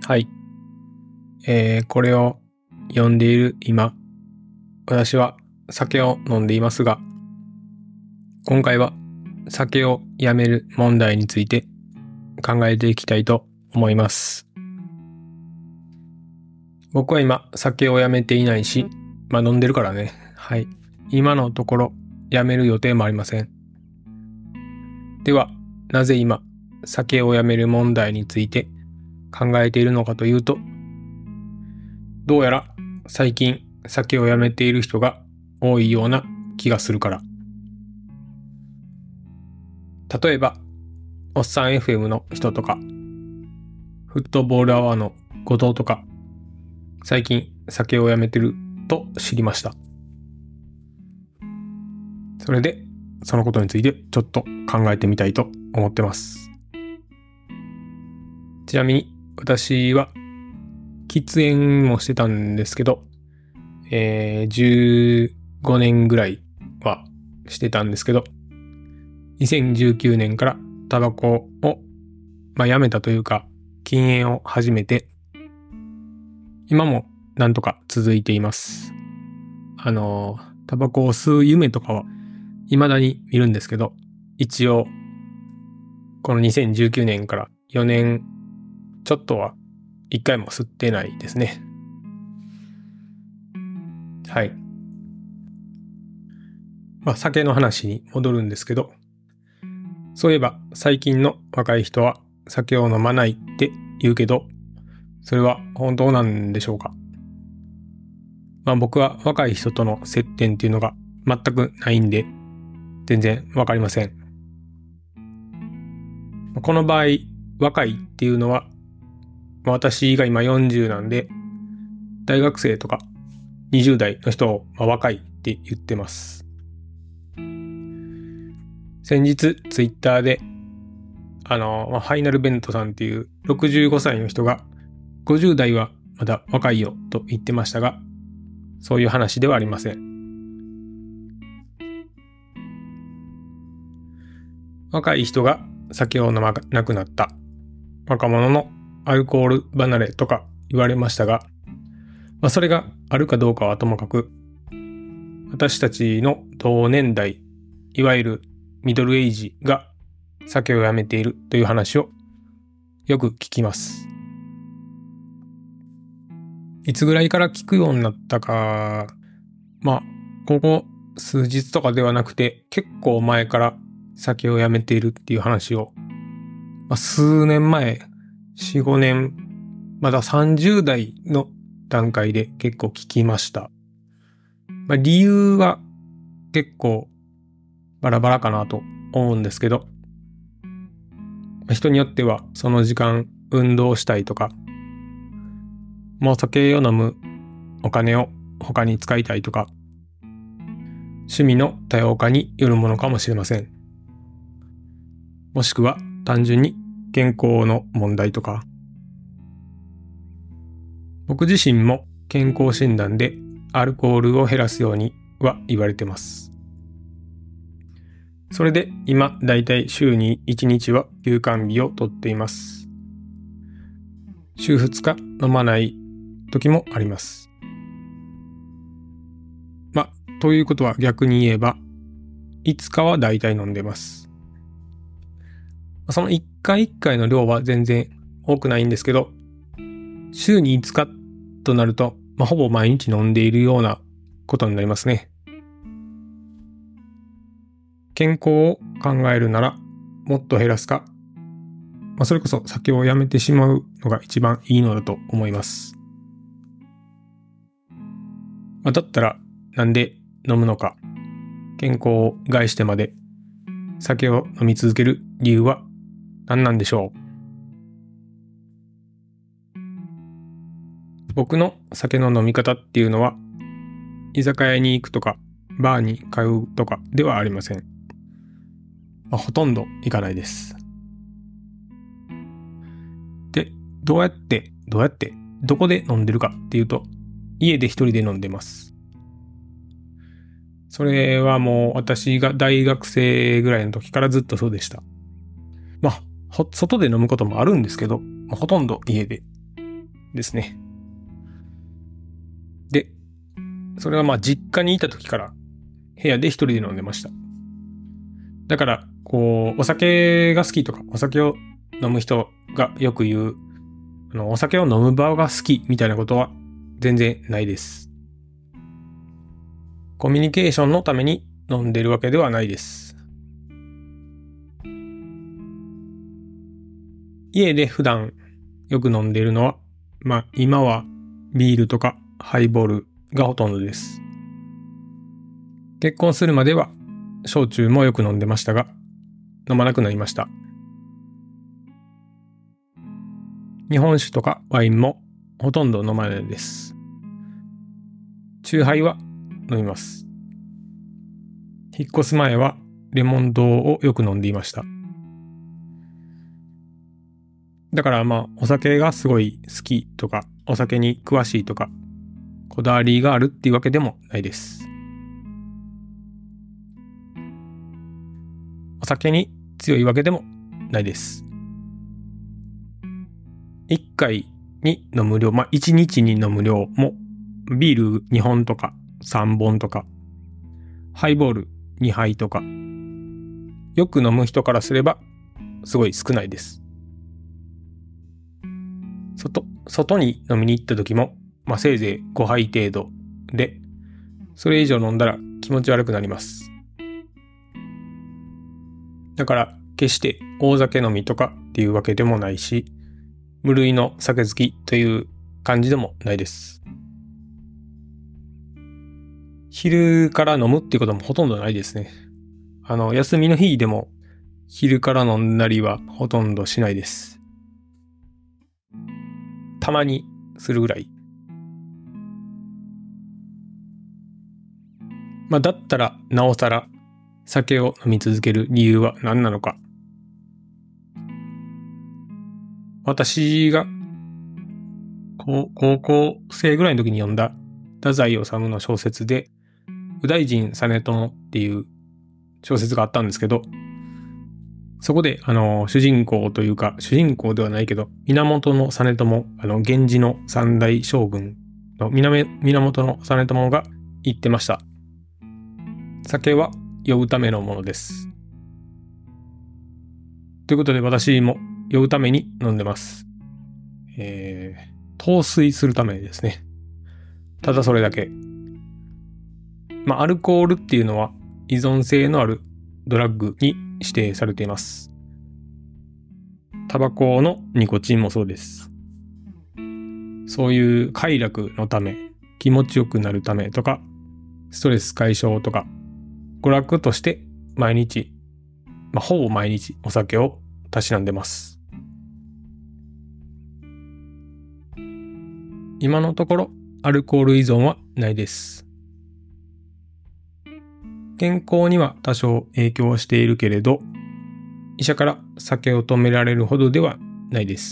はい。これを読んでいる今、私は酒を飲んでいますが、今回は酒をやめる問題について考えていきたいと思います。僕は今酒をやめていないし、飲んでるからね。はい。今のところやめる予定もありません。では、なぜ今酒をやめる問題について考えているのかというと、どうやら最近酒をやめている人が多いような気がするから。例えば、おっさん FM の人とか、フットボールアワーの後藤とか、最近酒をやめてると知りました。それで、そのことについてちょっと考えてみたいと思ってます。ちなみに、私は喫煙もしてたんですけど、15年ぐらいはしてたんですけど、2019年からタバコを、やめたというか、禁煙を始めて、今もなんとか続いています。タバコを吸う夢とかは未だに見るんですけど、一応、この2019年から4年ちょっとは1回も吸ってないですね。はい。酒の話に戻るんですけど、そういえば最近の若い人は酒を飲まないって言うけど、それは本当なんでしょうか。僕は若い人との接点っていうのが全くないんで、全然わかりません。この場合、若いっていうのは、私が今40なんで、大学生とか20代の人を若いって言ってます。先日ツイッターでファイナルベントさんっていう65歳の人が50代はまだ若いよと言ってましたが、そういう話ではありません。若い人が酒を飲まなくなった、若者のアルコール離れとか言われましたが、それがあるかどうかはともかく、私たちの同年代、いわゆるミドルエイジが酒をやめているという話をよく聞きます。いつぐらいから聞くようになったか、ここ数日とかではなくて、結構前から酒をやめているっていう話を、数年前、4、5年、まだ30代の段階で結構聞きました。理由は結構バラバラかなと思うんですけど、人によってはその時間運動したいとか、もう酒を飲むお金を他に使いたいとか、趣味の多様化によるものかもしれません。もしくは単純に健康の問題とか。僕自身も健康診断でアルコールを減らすようには言われてます。それで今だいたい週に1日は休肝日をとっています。週2日飲まない時もあります。ということは逆に言えば5日はだいたい飲んでます。その1回1回の量は全然多くないんですけど、週に5日となると、ほぼ毎日飲んでいるようなことになりますね。健康を考えるならもっと減らすか、それこそ酒をやめてしまうのが一番いいのだと思います。だったらなんで飲むのか、健康を害してまで酒を飲み続ける理由は何なんでしょう。僕の酒の飲み方っていうのは、居酒屋に行くとかバーに通うとかではありません。ほとんど行かないです。で、どこで飲んでるかっていうと、家で一人で飲んでます。それはもう私が大学生ぐらいの時からずっとそうでした。外で飲むこともあるんですけど、ほとんど家で。 ですね。で、それはまあ実家にいた時から部屋で一人で飲んでました。だから、お酒が好きとか、お酒を飲む人がよく言う、お酒を飲む場が好きみたいなことは全然ないです。コミュニケーションのために飲んでるわけではないです。家で普段よく飲んでるのは、まあ今はビールとかハイボールがほとんどです。結婚するまでは焼酎もよく飲んでましたが、飲まなくなりました。日本酒とかワインもほとんど飲まないです。酎ハイは飲みます。引っ越す前はレモン堂をよく飲んでいました。だからまあお酒がすごい好きとかお酒に詳しいとかこだわりがあるっていうわけでもないです。お酒に強いわけでもないです。1回に飲む量、まあ1日に飲む量もビール2本とか3本とかハイボール2杯とかよく飲む人からすればすごい少ないです。外に飲みに行った時も、まあせいぜい5杯程度で、それ以上飲んだら気持ち悪くなります。だから決して大酒飲みとかっていうわけでもないし、無類の酒好きという感じでもないです。昼から飲むっていうこともほとんどないですね。休みの日でも昼から飲んだりはほとんどしないです。たまにするぐらい。まあだったらなおさら酒を飲み続ける理由は何なのか。私が高校生ぐらいの時に読んだ太宰治の小説で右大臣実朝っていう小説があったんですけど、そこで主人公というか主人公ではないけど源実朝源氏の三代将軍の源実朝が言ってました。酒は酔うためのものです。ということで私も酔うために飲んでます。陶酔するためですね。ただそれだけ。まあアルコールっていうのは依存性のあるドラッグに指定されています。タバコのニコチンもそうです。そういう快楽のため、気持ちよくなるためとか、ストレス解消とか、娯楽として毎日、ほぼ毎日お酒をたしなんでます。今のところアルコール依存はないです。健康には多少影響しているけれど、医者から酒を止められるほどではないです。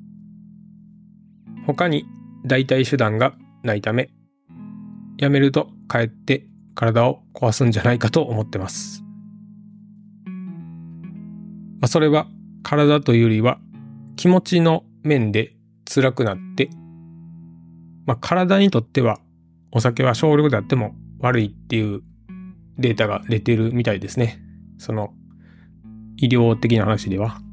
他に代替手段がないため、やめるとかえって体を壊すんじゃないかと思ってます。それは体というよりは気持ちの面で辛くなって、体にとってはお酒は少量であっても悪いっていうデータが出てるみたいですね。その医療的な話では。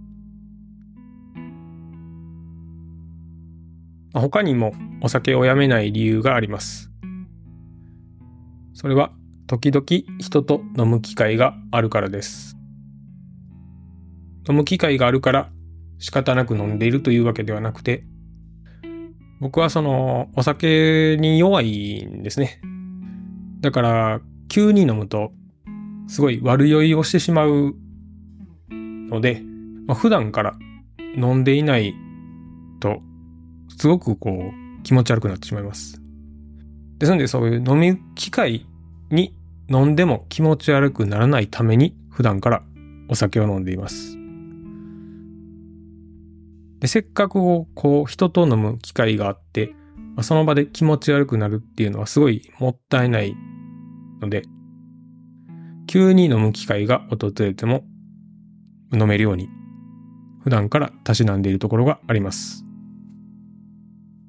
他にもお酒をやめない理由があります。それは時々人と飲む機会があるからです。飲む機会があるから仕方なく飲んでいるというわけではなくて、僕はお酒に弱いんですね。だから急に飲むとすごい悪酔いをしてしまうので、普段から飲んでいないとすごく気持ち悪くなってしまいます。ですのでそういう飲む機会に飲んでも気持ち悪くならないために普段からお酒を飲んでいます。でせっかく人と飲む機会があって、その場で気持ち悪くなるっていうのはすごいもったいないので、急に飲む機会が訪れても飲めるように普段からたしなんでいるところがあります。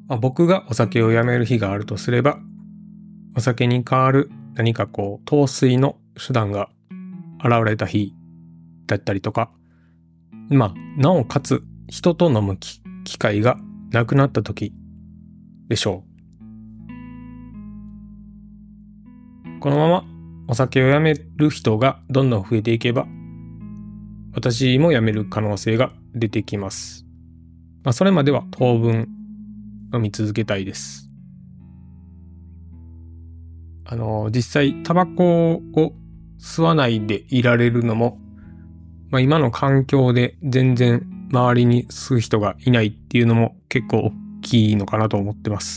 僕がお酒をやめる日があるとすれば、お酒に代わる何か陶酔の手段が現れた日だったりとか、なおかつ人と飲む機会がなくなった時でしょう。このままお酒をやめる人がどんどん増えていけば、私もやめる可能性が出てきます。それまでは当分飲み続けたいです。実際タバコを吸わないでいられるのも、今の環境で全然周りに吸う人がいないっていうのも結構大きいのかなと思ってます。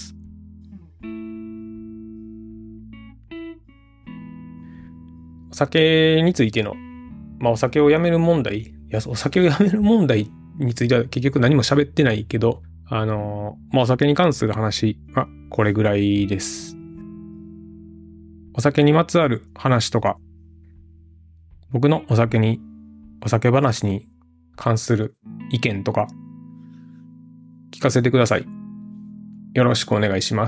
お酒についての、お酒をやめる問題、お酒をやめる問題については結局何も喋ってないけど、お酒に関する話はこれぐらいです。お酒にまつわる話とか、僕のお酒話に関する意見とか、聞かせてください。よろしくお願いします。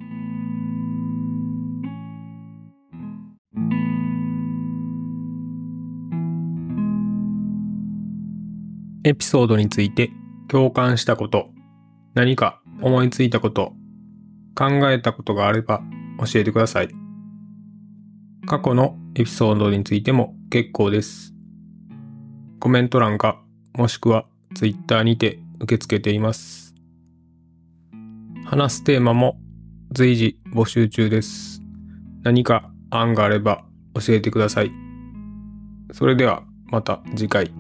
エピソードについて共感したこと、何か思いついたこと、考えたことがあれば教えてください。過去のエピソードについても結構です。コメント欄かもしくはツイッターにて受け付けています。話すテーマも随時募集中です。何か案があれば教えてください。それではまた次回。